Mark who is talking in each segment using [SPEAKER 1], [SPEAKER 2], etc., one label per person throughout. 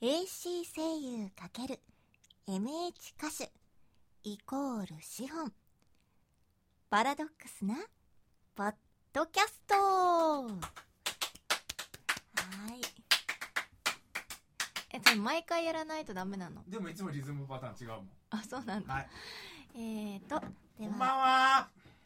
[SPEAKER 1] AC 声優×MH 歌手イコール資本、パラドックスなポッドキャスト。はい。毎回やらないとダメなの？
[SPEAKER 2] でもいつもリズムパターン違うもん。
[SPEAKER 1] あ、そうなんだ。
[SPEAKER 2] はい。
[SPEAKER 1] で
[SPEAKER 2] こ
[SPEAKER 1] は
[SPEAKER 2] んばんは。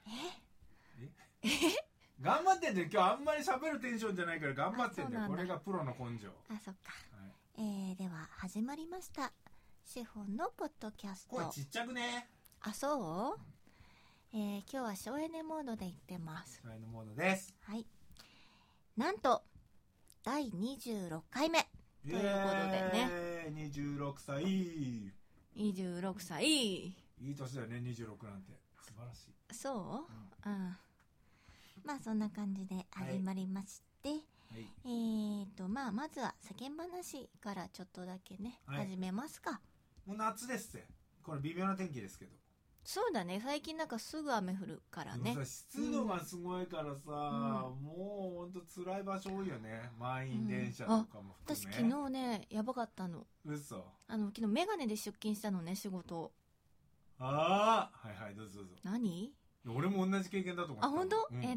[SPEAKER 2] 頑張ってんだよ。今日あんまり喋るテンションじゃないから頑張ってんだよ。これがプロの根性。
[SPEAKER 1] あ、そっか。
[SPEAKER 2] はい、
[SPEAKER 1] では始まりました。資本のポッドキャスト。
[SPEAKER 2] 声ちっちゃくね。
[SPEAKER 1] あ、そう？今日は省エネモードで言ってます。
[SPEAKER 2] 省エネモードです。
[SPEAKER 1] はい。なんと第26回目ということでね。
[SPEAKER 2] 26歳。
[SPEAKER 1] 26歳。
[SPEAKER 2] いい年だよね、26なんて。素晴らしい。
[SPEAKER 1] そう？うん。まあそんな感じで始まりまして、はい、まずは世間話からちょっとだけね、はい、始めますか。
[SPEAKER 2] もう夏ですって。これ微妙な天気ですけど。
[SPEAKER 1] そうだね、最近なんかすぐ雨降るからね。
[SPEAKER 2] でもさ、湿度がすごいからさ、もうほんと辛い場所多いよね。満員電車とかも含め、
[SPEAKER 1] 私昨日ね、やばかったの。
[SPEAKER 2] 嘘。
[SPEAKER 1] 昨日メガネで出勤したのね、仕事。
[SPEAKER 2] ああ、はいはい、どうぞどうぞ。
[SPEAKER 1] 何？
[SPEAKER 2] 俺も同じ経験だと思った。
[SPEAKER 1] あ、本当？
[SPEAKER 2] うん、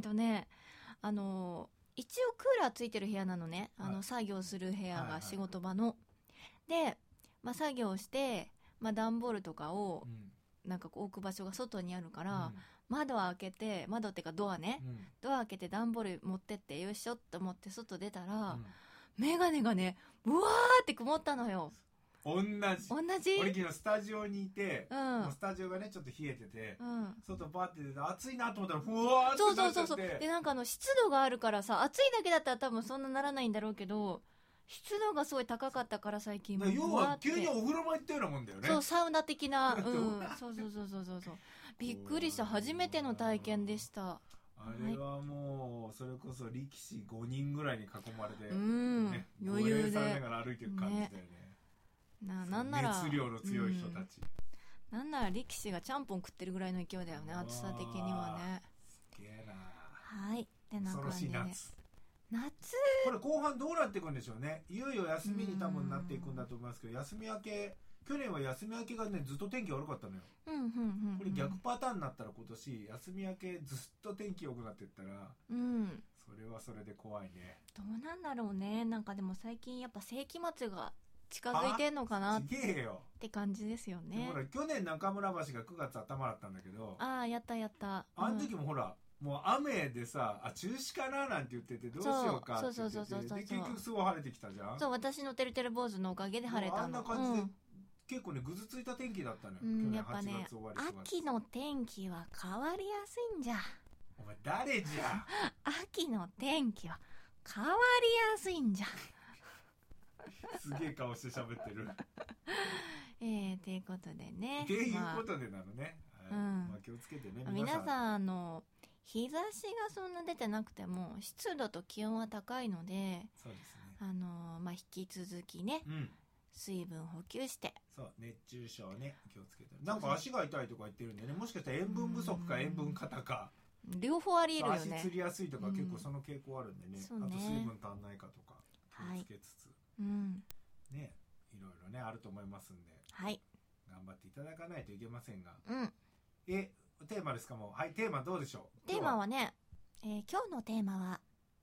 [SPEAKER 1] 一応クーラーついてる部屋なのね。作業する部屋が仕事場の。で、まあ作業して、まあ段ボールとかを、なんか置く場所が外にあるから、窓を開けて、窓っていうかドアね、ドア開けて段ボール持ってって、よいしょって思って外出たら、メガネがね、ブワーって曇ったのよ。同じ
[SPEAKER 2] 俺昨日スタジオにいて、もうスタジオがねちょっと冷えてて、外バーって出て暑いなと思ったらふわーってなっちゃって。そう
[SPEAKER 1] でなんか湿度があるからさ、暑いだけだったら多分そんなならないんだろうけど、湿度がすごい高かったから最近も
[SPEAKER 2] 要は急にお風呂場行ったようなもんだよね。
[SPEAKER 1] そう、サウナ的なそうびっくりした。初めての体験でした。
[SPEAKER 2] あれはもうそれこそ力士5人ぐらいに囲まれて、
[SPEAKER 1] 余裕で
[SPEAKER 2] されながら歩いてる感じだよね。
[SPEAKER 1] なんなら
[SPEAKER 2] 熱量の強い人たち、
[SPEAKER 1] なんなら力士がちゃんぽん食ってるぐらいの勢いだよね、暑さ的にはね。
[SPEAKER 2] すげえな。
[SPEAKER 1] はい、でなんか
[SPEAKER 2] 恐ろしい夏。これ後半どうなっていくんでしょうね。いよいよ休みに多分なっていくんだと思いますけど、休み明け、去年は休み明けがねずっと天気悪かったのよ。これ逆パターンになったら今年休み明けずっと天気良くなっていったら、それはそれで怖いね。
[SPEAKER 1] どうなんだろうね。なんかでも最近やっぱ世紀末が近づいてんのかなって感じですよね。
[SPEAKER 2] ほら去年中村橋が9月頭だったんだけど、
[SPEAKER 1] やった
[SPEAKER 2] あの時もほら、もう雨でさ、中止かななんて言ってて、どうしようかって言ってて、で結局すごい晴れてきたじゃん。
[SPEAKER 1] そう、私のてるてる坊主のおかげで晴れたの。
[SPEAKER 2] あんな感じで、結構ねぐずついた天気だったのよ、去年8月終わり。
[SPEAKER 1] 秋の天気は変わりやすいんじゃ。
[SPEAKER 2] お前誰じゃ。
[SPEAKER 1] 秋の天気は変わりやすいんじゃ。
[SPEAKER 2] すげえ顔して喋ってる。
[SPEAKER 1] ということでね。
[SPEAKER 2] っていうことでなのね。気をつけてね。
[SPEAKER 1] 皆さん日差しがそんな出てなくても湿度と気温は高いので、
[SPEAKER 2] そうですね。
[SPEAKER 1] 引き続きね、水分補給して。
[SPEAKER 2] そう、熱中症ね、気をつけて。なんか足が痛いとか言ってるんだよね。もしかしたら塩分不足か塩分過多か。
[SPEAKER 1] 両方あり得るよね。
[SPEAKER 2] 足つりやすいとか結構その傾向あるんでね。あと水分足んないかとか気をつけつつ。ね、いろいろねあると思いますんで、頑張っていただかないといけませんが、テーマですか。もうテーマどうでしょう。
[SPEAKER 1] テーマはね、今日のテーマは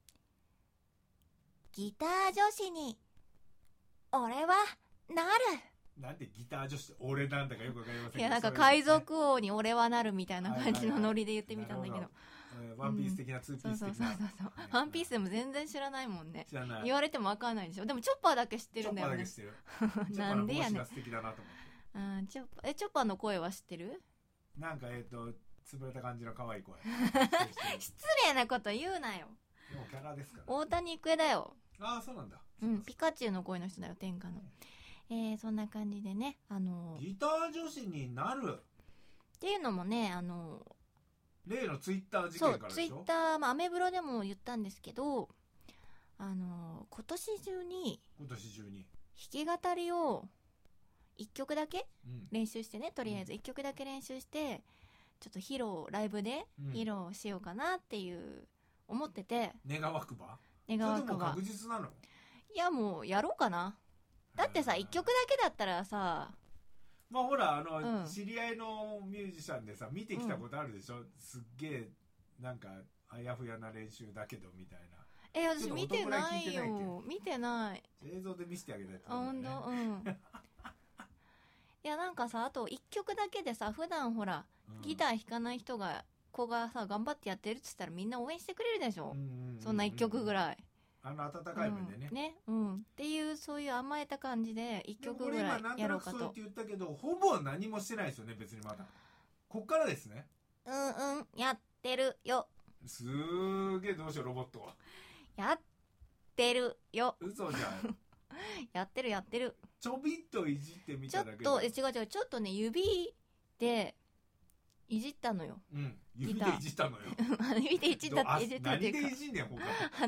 [SPEAKER 1] ギター女子に俺はなる。
[SPEAKER 2] なんでギター女子って俺なんだかよくわかりませんけど、
[SPEAKER 1] いやなんか海賊王に俺はなるみたいな感じのノリで言ってみたんだけど、
[SPEAKER 2] ワンピース的なツーピース的な。
[SPEAKER 1] ワンピースでも全然知らないもんね。
[SPEAKER 2] 知らない。
[SPEAKER 1] 言われても分かんないでしょ。でもチョッパーだけ知ってるんだよね。
[SPEAKER 2] チョッパーだけ知ってる。なんでやねん。チョッパーの帽子が素敵だなと思って。
[SPEAKER 1] チョッパーの声は知ってる？
[SPEAKER 2] なんか潰れた感じの可愛い声。
[SPEAKER 1] 失礼なこと言うなよ。
[SPEAKER 2] でもキャラですから。
[SPEAKER 1] 大谷育恵だよ。
[SPEAKER 2] ああ、そうなんだ。
[SPEAKER 1] ピカチュウの声の人だよ、天下の。そんな感じでね、
[SPEAKER 2] ギター女子になる
[SPEAKER 1] っていうのもね、
[SPEAKER 2] 例のツイッター事件からでしょ。そう、
[SPEAKER 1] ツイッター、アメブロでも言ったんですけど、今年中に弾き語りを1曲だけ練習してね、とりあえず1曲だけ練習して、ちょっとライブで披露しようかなっていう思ってて。
[SPEAKER 2] 願わくば。
[SPEAKER 1] 願わくば。
[SPEAKER 2] それでも確実なの？
[SPEAKER 1] いやもうやろうかな。 だってさ1曲だけだったらさ、
[SPEAKER 2] まあほら知り合いのミュージシャンでさ見てきたことあるでしょ、すっげえなんかあやふやな練習だけどみたいな。
[SPEAKER 1] 私見てないよ。見てない。
[SPEAKER 2] 映像で見せてあげたいと
[SPEAKER 1] 思う、ね。ほんと、いやなんかさ、あと1曲だけでさ、普段ほら、ギター弾かない子がさ頑張ってやってるっつったらみんな応援してくれるでしょ、そんな1曲ぐらい。
[SPEAKER 2] 温かい目でね。
[SPEAKER 1] っていうそういう甘えた感じで1曲ぐらいやろうかと。
[SPEAKER 2] そうって言ったけどほぼ何もしてないですよね別にまだ。こっからですね。
[SPEAKER 1] やってるよ。
[SPEAKER 2] すーげえどうしようロボットは。
[SPEAKER 1] やってるよ。
[SPEAKER 2] 嘘じゃん。
[SPEAKER 1] やってる。
[SPEAKER 2] ちょびっといじってみただけで。
[SPEAKER 1] 違うちょっとね指でいじったのよ。
[SPEAKER 2] 指でいじったのよ。
[SPEAKER 1] 指でいじったっていうか。
[SPEAKER 2] 何でいじんねん他。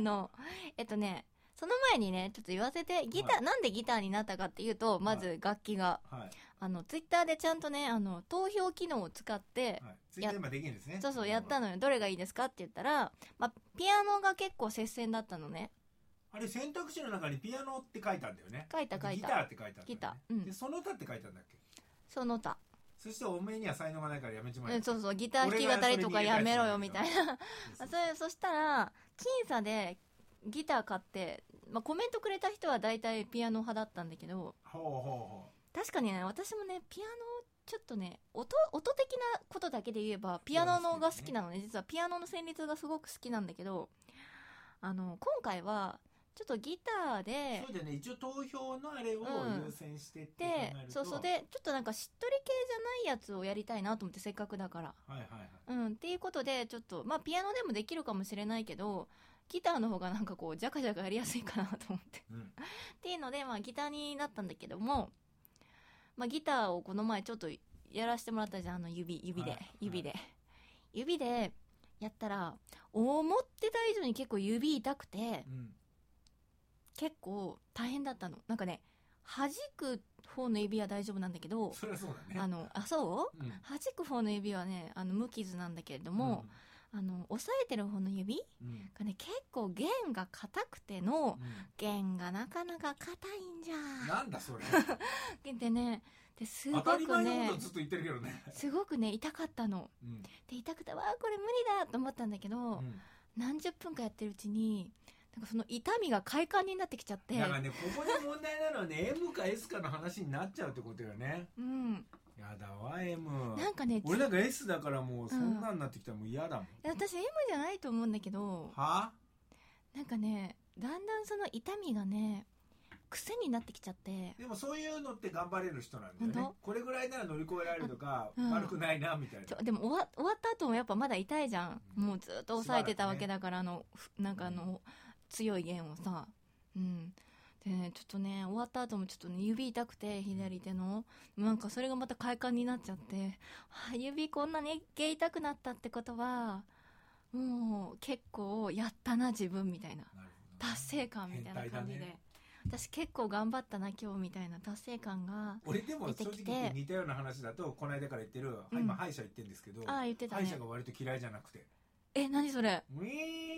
[SPEAKER 1] その前にねちょっと言わせて、なんでギターになったかっていうと、まず楽器が、ツイッターでちゃんとね投票機能を使って、
[SPEAKER 2] ツイッター今できるんですね。
[SPEAKER 1] そうやったのよ。どれがいいですかって言ったら、ピアノが結構接戦だったのね。
[SPEAKER 2] あれ選択肢の中にピアノって書いたんだよね。
[SPEAKER 1] 書いた
[SPEAKER 2] ギターって書いたんだよね。
[SPEAKER 1] ギター、
[SPEAKER 2] でその他って書いたんだっけ。
[SPEAKER 1] その他。
[SPEAKER 2] そしておめえには才能がないからやめちまえ。
[SPEAKER 1] そうギター弾き語りとかやめろよみたいな。そしたら僅差でギター買って、コメントくれた人は大体ピアノ派だったんだけど、確かにね私もねピアノちょっとね音的なことだけで言えばピアノのが好きなのね。実はピアノの旋律がすごく好きなんだけど、今回はちょっとギターで、
[SPEAKER 2] そうだね、一応投票のあれを優先してって考えると、
[SPEAKER 1] そうでちょっとなんかしっとり系じゃないやつをやりたいなと思って、せっかくだから、っていうことでちょっとピアノでもできるかもしれないけどギターの方がなんかこうジャカジャカやりやすいかなと思って、っていうのでギターになったんだけども、ギターをこの前ちょっとやらせてもらったじゃん、指でやったら思ってた以上に結構指痛くて、結構大変だったの。なんかね弾く方の指は大丈夫なんだけど、
[SPEAKER 2] そりゃそうだね。
[SPEAKER 1] 弾く方の指はね無傷なんだけれども、押さえてる方の指がね結構弦が硬くての、弦がなかなか硬いんじゃ。
[SPEAKER 2] なんだそれ。
[SPEAKER 1] でねすごくね、
[SPEAKER 2] 当たり前のことずっと言ってるけどね。
[SPEAKER 1] すごくね痛かったの。で痛くてこれ無理だと思ったんだけど、何十分かやってるうちになんかその痛みが快感になってきちゃって。
[SPEAKER 2] だからねここで問題なのはねM か S かの話になっちゃうってことよね。やだわ M。
[SPEAKER 1] なんかね
[SPEAKER 2] 俺なんか S だからもうそんなんなってきたらもう嫌だもん。
[SPEAKER 1] 私 M じゃないと思うんだけど。なんかねだんだんその痛みがね癖になってきちゃって。
[SPEAKER 2] でもそういうのって頑張れる人なんだよね。これぐらいなら乗り越えられるとか、悪くないなみたいな。
[SPEAKER 1] でも終わった後もやっぱまだ痛いじゃん。もうずっと抑えてたわけだから、なんか強い弦をさ、でねちょっとね終わった後もちょっとね指痛くて、左手のなんかそれがまた快感になっちゃって、指こんなに痛くなったってことはもう結構やったな自分みたいな、達成感みたいな感じで、私結構頑張ったな今日みたいな達成感が出てきて。
[SPEAKER 2] 俺でも正直似たような話だとこの間から言ってる、今歯医者行ってるんですけど、
[SPEAKER 1] 言ってたね、
[SPEAKER 2] 歯医者が割と嫌いじゃなくて。
[SPEAKER 1] 何それ。絶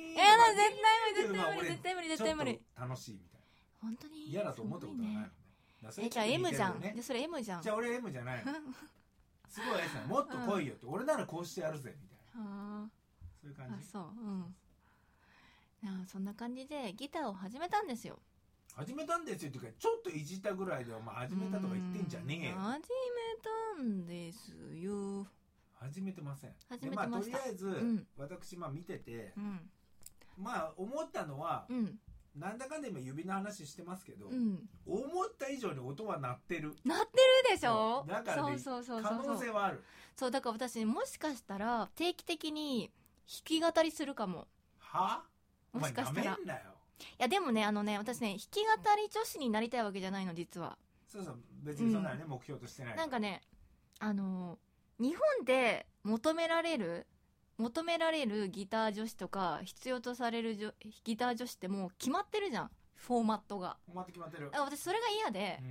[SPEAKER 1] 対無理。
[SPEAKER 2] 楽しいみたいな。
[SPEAKER 1] 本当に
[SPEAKER 2] 嫌だと思ったことがないのね。
[SPEAKER 1] じゃあ M じゃん。でそれ M じゃん。
[SPEAKER 2] じゃあ俺 M じゃないの。すごい S なの。もっと来いよって、俺ならこうしてやるぜみたいな。そういう感じ。
[SPEAKER 1] そんな感じでギターを始めたんですよ。
[SPEAKER 2] 始めたんですよっていうか、ちょっといじったぐらいで始めたとか言ってんじゃねえよ。
[SPEAKER 1] 始めたんですよ。
[SPEAKER 2] 始めてません。
[SPEAKER 1] 始めてました。
[SPEAKER 2] とりあえず、私見てて、思ったのは、なんだかんだ今指の話してますけど、思った以上に音は鳴ってる
[SPEAKER 1] でしょ。
[SPEAKER 2] だからね、可能性はある。
[SPEAKER 1] そうだから私もしかしたら定期的に弾き語りするかも。もしかしたら。いやでもね私ね弾き語り女子になりたいわけじゃないの実は。
[SPEAKER 2] そう別にそんなね、目標としてない。
[SPEAKER 1] なんかね日本で求められるギター女子とか必要とされるギター女子ってもう決まってるじゃん、フォーマットが。
[SPEAKER 2] 決まってる。
[SPEAKER 1] 私それが嫌で、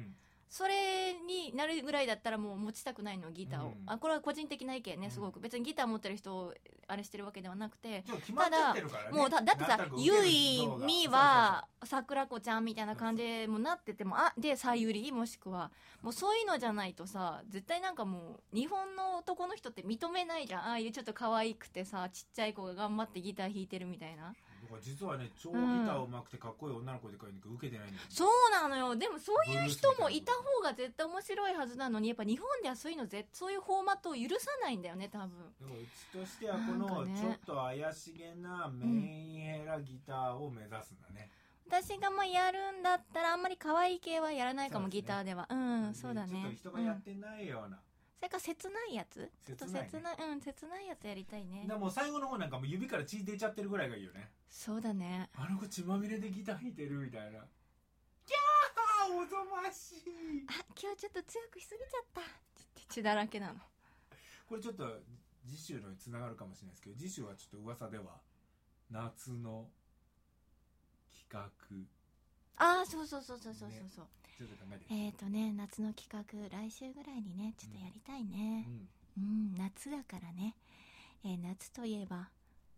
[SPEAKER 1] それになるぐらいだったらもう持ちたくないの、ギターを。これは個人的な意見ね、すごく。別にギター持ってる人をあれしてるわけではなくて、
[SPEAKER 2] ただ、
[SPEAKER 1] もうだってさ、ゆい、みは、桜子ちゃんみたいな感じでもなってても、で、さゆり、もしくは、もうそういうのじゃないとさ、絶対なんかもう、日本の男の人って認めないじゃん。ああいうちょっと可愛くてさ、ちっちゃい子が頑張ってギター弾いてるみたいな。
[SPEAKER 2] 実はね、超ギター上手くてかっこいい女の子でかいんだけど受けてないんだよ、ね、
[SPEAKER 1] そうなのよ。でもそういう人もいた方が絶対面白いはずなのに、やっぱ日本ではそういうのそういうフォーマットを許さないんだよね、多分。
[SPEAKER 2] うちとしてはこのちょっと怪しげなメインヘラギターを目指すんだね、
[SPEAKER 1] 私がやるんだったらあんまり可愛い系はやらないかも、ね、ギターでは。そうだね。
[SPEAKER 2] ちょっと人がやってないような、
[SPEAKER 1] それから切ないやつ、ちょっと切ないやつやりたいね。
[SPEAKER 2] もう最後の方なんかもう指から血出ちゃってるぐらいがいいよね。
[SPEAKER 1] そうだね。
[SPEAKER 2] あの子血まみれでギター弾いてるみたいな。キャーおぞましい。
[SPEAKER 1] 今日ちょっと強くしすぎちゃったって血だらけなの。
[SPEAKER 2] これちょっと次週のにつながるかもしれないですけど、次週はちょっと噂では夏の企画。
[SPEAKER 1] そうそうそうそうそうそう、ね、
[SPEAKER 2] ちょっと考えて
[SPEAKER 1] 夏の企画来週ぐらいにねちょっとやりたいね。夏だからね、夏といえば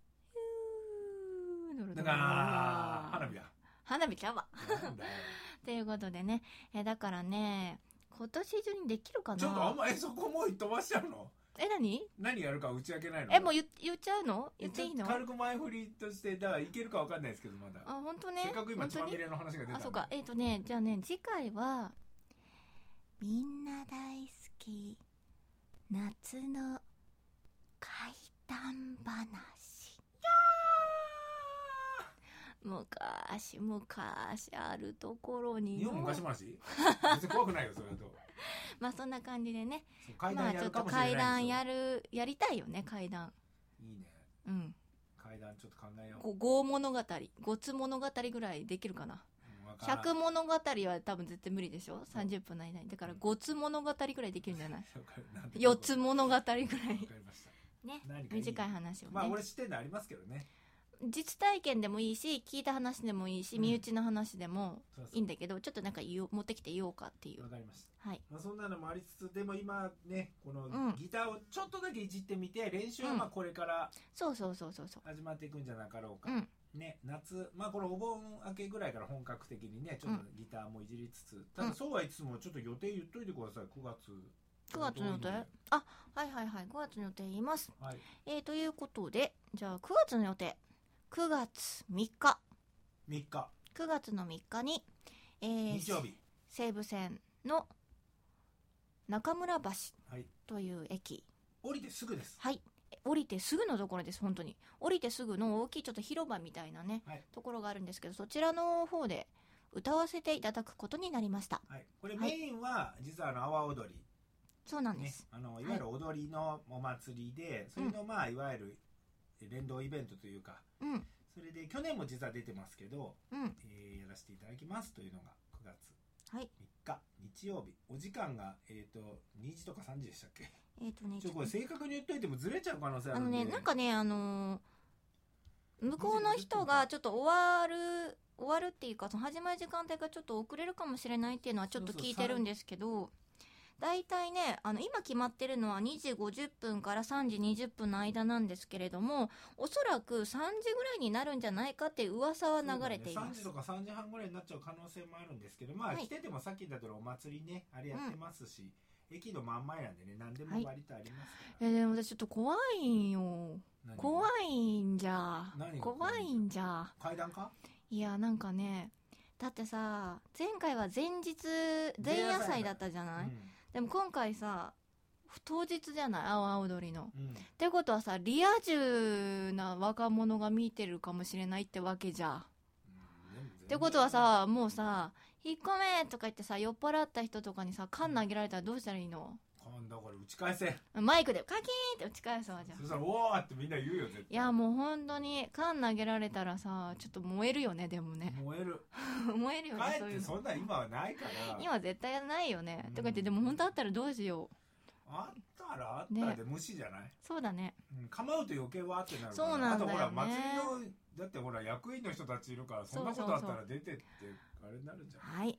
[SPEAKER 2] だから花火だ。
[SPEAKER 1] 花火ちゃうわということでね、だからね今年中にできるかな。
[SPEAKER 2] ちょっとあんまそこもう飛ばしちゃうの。何やるか打ち明けないの。
[SPEAKER 1] もう言っちゃうの？言っていいの？
[SPEAKER 2] 軽く前振りとしてだからいけるかわかんないですけど、まだ。
[SPEAKER 1] 本当ね。
[SPEAKER 2] せっかく今血まみれの話が出た。
[SPEAKER 1] そうか。じゃあね、次回はみんな大好き夏の怪談話。昔あるところに
[SPEAKER 2] 日本昔話別に怖くないよそれだと
[SPEAKER 1] そんな感じでね、
[SPEAKER 2] 怪談やるかもしれない。
[SPEAKER 1] 怪談やりたいよね、怪談。
[SPEAKER 2] いいね。怪談ちょっと考えよう。
[SPEAKER 1] 5物語、5つ物語ぐらいできるかな。100物語は多分絶対無理でしょ、30分の間に。だから5つ物語ぐらいできるんじゃない？4つ物語ぐらい。わかり
[SPEAKER 2] ました
[SPEAKER 1] ね、短い話をね。
[SPEAKER 2] 俺知ってんのありますけどね。
[SPEAKER 1] 実体験でもいいし、聞いた話でもいいし、身内の話でもいいんだけど、ちょっとなんか持ってきて言おうかっていう。
[SPEAKER 2] わかりました。
[SPEAKER 1] はい。
[SPEAKER 2] そんなのもありつつ、でも今ね、このギターをちょっとだけいじってみて、練習はこれから始まっていくんじゃなかろうか。ね、夏、このお盆明けぐらいから本格的にね、ちょっとギターもいじりつつ、ただそうは言いつつもちょっと予定言っといてください。9月
[SPEAKER 1] の予定？はい5月の予定言います。
[SPEAKER 2] はい。
[SPEAKER 1] ということで、じゃあ9月の予定。9月3日。9月の3日に、
[SPEAKER 2] 日曜日。
[SPEAKER 1] 西武線の中村橋という駅。
[SPEAKER 2] 降りてすぐです。
[SPEAKER 1] はい。降りてすぐのところです、本当に。降りてすぐの大きいちょっと広場みたいなね、ところがあるんですけど、そちらの方で歌わせていただくことになりました。
[SPEAKER 2] はい。これメインは、実は阿波踊り。
[SPEAKER 1] そうなんです。
[SPEAKER 2] いわゆる踊りのお祭りで、それのいわゆる連動イベントというか、それで去年も実は出てますけど、やらせていただきますというのが9月3日、日曜日。お時間が、2時とか3時でしたっけ？これ正確に言っといてもずれちゃう可能性あるんで。
[SPEAKER 1] なんかね、向こうの人がちょっと終わるっていうか、その始まる時間帯がちょっと遅れるかもしれないっていうのはちょっと聞いてるんですけど、大体ね、今決まってるのは2時50分から3時20分の間なんですけれども、おそらく3時ぐらいになるんじゃないかっていう噂は流れています。
[SPEAKER 2] 3時とか3時半ぐらいになっちゃう可能性もあるんですけど、来ててもさっきだったらお祭りね、あれやってますし、駅の真ん前なんでね、何でも割とありますから。
[SPEAKER 1] でも私ちょっと怖いんよ。怖いんじゃ。
[SPEAKER 2] 階段か？
[SPEAKER 1] いや、なんかね、だってさ、前回は前夜祭だったじゃない？でも今回さ、当日じゃない、阿波踊りの。ってことはさ、リア充な若者が見てるかもしれないってわけじゃ。ってことはさ、もうさ、引っ込めとか言ってさ、酔っ払った人とかにさ、缶投げられたらどうしたらいいの？
[SPEAKER 2] 缶だから打ち返せ。
[SPEAKER 1] マイクでカキーンって打ち返すわ、じゃあ。
[SPEAKER 2] そしたら、おーってみんな言うよ、絶対。
[SPEAKER 1] いや、もう本当に、缶投げられたらさ、ちょっと燃えるよね、でもね。
[SPEAKER 2] 燃える。
[SPEAKER 1] 燃えるよね、
[SPEAKER 2] そういうの。そんな今はないから。
[SPEAKER 1] 今絶対ないよね。とか言って、でも本当あったらどうしよう。
[SPEAKER 2] あったらで無視じゃない？
[SPEAKER 1] そうだね。
[SPEAKER 2] 構うと余計はってなるから。
[SPEAKER 1] そうなんだよね。
[SPEAKER 2] あとほら、祭りの、だってほら、役員の人たちいるから、そんなことあったら出てって、あれになるんじゃない？
[SPEAKER 1] はい。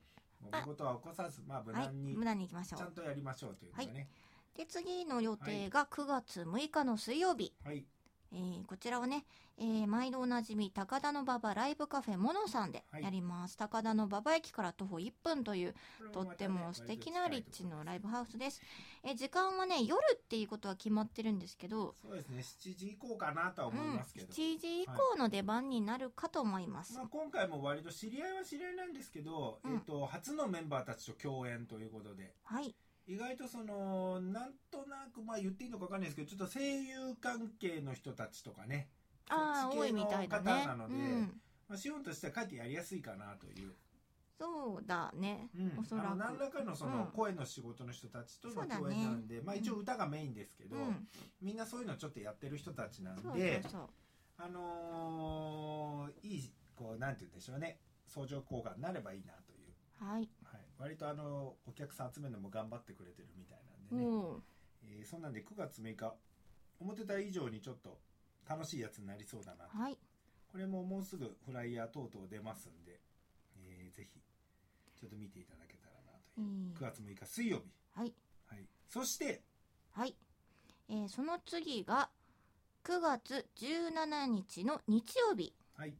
[SPEAKER 2] 揉め事は起こさず、無難に
[SPEAKER 1] いきましょう。
[SPEAKER 2] ちゃんとやりましょうというのがね。
[SPEAKER 1] で、次の予定が9月6日の水曜日。
[SPEAKER 2] はい。
[SPEAKER 1] こちらはね、毎度おなじみ高田馬場ライブカフェモノさんでやります、高田馬場駅から徒歩1分というとっても素敵な立地のライブハウスです。時間はね夜っていうことは決まってるんですけど、
[SPEAKER 2] そうですね、7時以降かなとは思いますけど、
[SPEAKER 1] 7時以降の出番になるかと思います。
[SPEAKER 2] 今回も割と知り合いは知り合いなんですけど、初のメンバーたちと共演ということで、
[SPEAKER 1] はい、
[SPEAKER 2] 意外となんとなく言っていいのか分かんないですけど、ちょっと声優関係の人たちとかね、
[SPEAKER 1] 多いみたいだね。
[SPEAKER 2] なので、資本としてはかえってやりやすいかなという。
[SPEAKER 1] そうだね、おそらく
[SPEAKER 2] 何らかの声の仕事の人たちとの共演なんで、一応歌がメインですけど、みんなそういうのちょっとやってる人たちなんで、いいなんて言うんでしょうね、相乗効果になればいいなという。
[SPEAKER 1] はい、
[SPEAKER 2] 割とお客さん集めるのも頑張ってくれてるみたいなんでね、そんなんで9月6日思ってた以上にちょっと楽しいやつになりそうだなと、これももうすぐフライヤー等々出ますんで、ぜひちょっと見ていただけたらなという、9月6日水曜日、そして、
[SPEAKER 1] その次が9月17日の日曜日、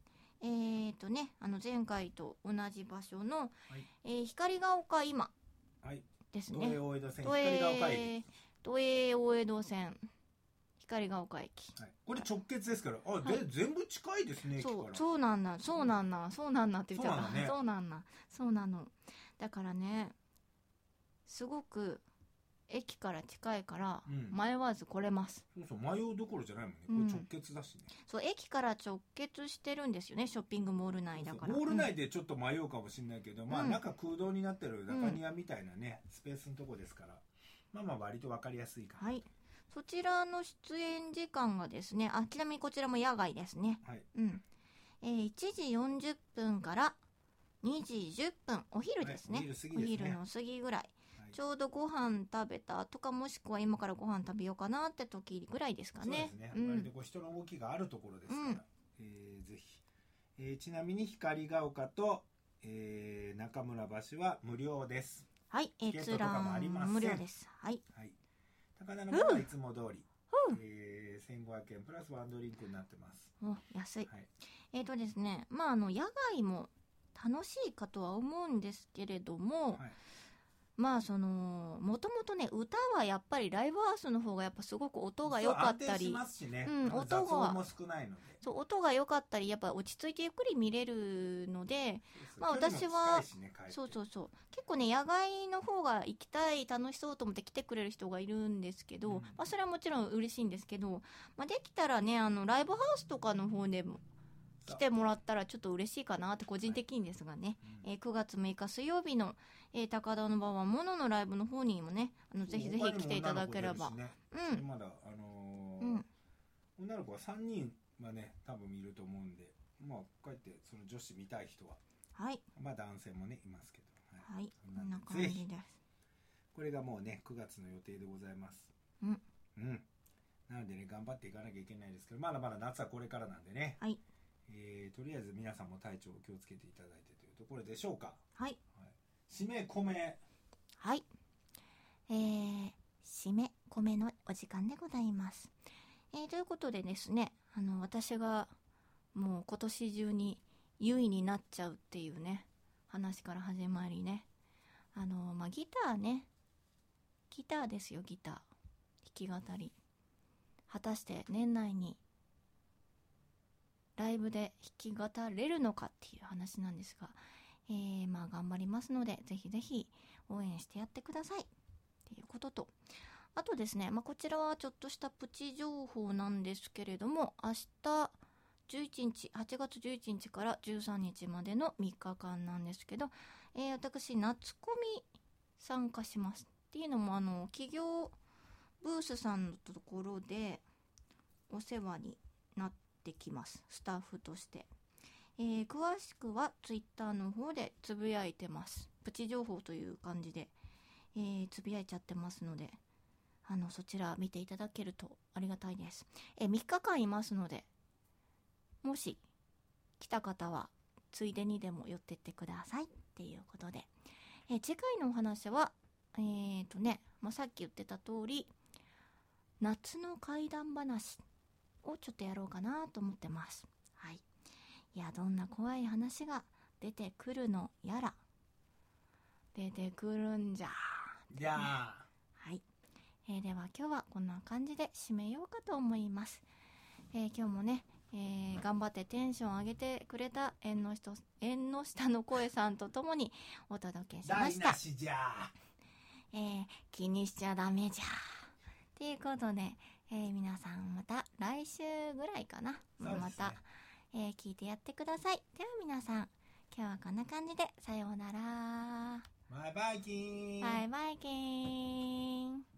[SPEAKER 1] 前回と同じ場所の、光が丘今ですね。
[SPEAKER 2] 都営大江戸線光が丘駅。
[SPEAKER 1] 都営大江戸線光が丘駅。
[SPEAKER 2] これ直結ですから、全部近いですね。
[SPEAKER 1] そうなんだって言っちゃった。そうなの。だからね、すごく駅から近いから迷わず来れます。
[SPEAKER 2] 迷うどころじゃないもんね。これ直結だしね。
[SPEAKER 1] 駅から直結してるんですよね、ショッピングモール内だから。
[SPEAKER 2] モール内でちょっと迷うかもしれないけど、中空洞になってる中庭みたいなね、スペースのとこですから、割と分かりやすいかな。
[SPEAKER 1] そちらの出演時間がですね、ちなみにこちらも野外ですね。1時40分から2時10分、お昼ですね。お昼の過ぎぐらい。ちょうどご飯食べたとか、もしくは今からご飯食べようかなって時ぐらいですかね。
[SPEAKER 2] そうですね。割と人の動きがあるところですから、ぜひ。ちなみに光が丘と、中村橋は無料です。
[SPEAKER 1] 閲覧無料です。
[SPEAKER 2] 高田馬場はいつも通り、1500円プラスワンドリンクになってます。
[SPEAKER 1] 安い。ですね、野外も楽しいかとは思うんですけれども、もともとね、歌はやっぱりライブハウスの方がやっぱすごく音が良かったり、
[SPEAKER 2] 音も少ないので、
[SPEAKER 1] 音が良かったり、やっぱ落ち着いてゆっくり見れるので、私は結構ね、野外の方が行きたい、楽しそうと思って来てくれる人がいるんですけど、それはもちろん嬉しいんですけど、できたらね、ライブハウスとかの方でも来てもらったらちょっと嬉しいかなって個人的にですがね、9月6日水曜日の、高田馬場モノのライブの方にもね、ぜひぜひ来ていただければ、
[SPEAKER 2] まだ女の子は3人はね多分いると思うんで、こうやってその女子見たい人は、男性もねいますけど、
[SPEAKER 1] こんな感じです。
[SPEAKER 2] これがもうね9月の予定でございます。なのでね頑張っていかなきゃいけないですけど、まだまだ夏はこれからなんでね、とりあえず皆さんも体調を気をつけていただいてというところでしょうか。締め込め。
[SPEAKER 1] 締め込めのお時間でございます。ということでですね、私がもう今年中に優位になっちゃうっていうね話から始まりね、ギターね、ギターですよ、ギター、弾き語り、果たして年内にライブで弾き語れるのかっていう話なんですが、頑張りますので、ぜひぜひ応援してやってくださいっていうことと、あとですね、こちらはちょっとしたプチ情報なんですけれども、明日8月11日から13日までの3日間なんですけど、私夏コミ参加します。っていうのも企業ブースさんのところでお世話になってきます、スタッフとして。詳しくはツイッターの方でつぶやいてます。プチ情報という感じで、つぶやいちゃってますので、そちら見ていただけるとありがたいです。3日間いますので、もし来た方はついでにでも寄ってってくださいっていうことで、 次回のお話はさっき言ってた通り夏の怪談話をちょっとやろうかなと思ってます。はい。いや、どんな怖い話が出てくるのやら、出てくるんじゃ
[SPEAKER 2] じゃ
[SPEAKER 1] あ、はい。では今日はこんな感じで締めようかと思います。今日もね、頑張ってテンション上げてくれた縁の下の声さんとともにお届けしました。
[SPEAKER 2] 台無しじゃ、
[SPEAKER 1] 気にしちゃダメじゃということで、皆さんまた来週ぐらいかな、また、聞いてやってください。では皆さん、今日はこんな感じでさようなら。
[SPEAKER 2] バイバイキーン。
[SPEAKER 1] バイバイキーン。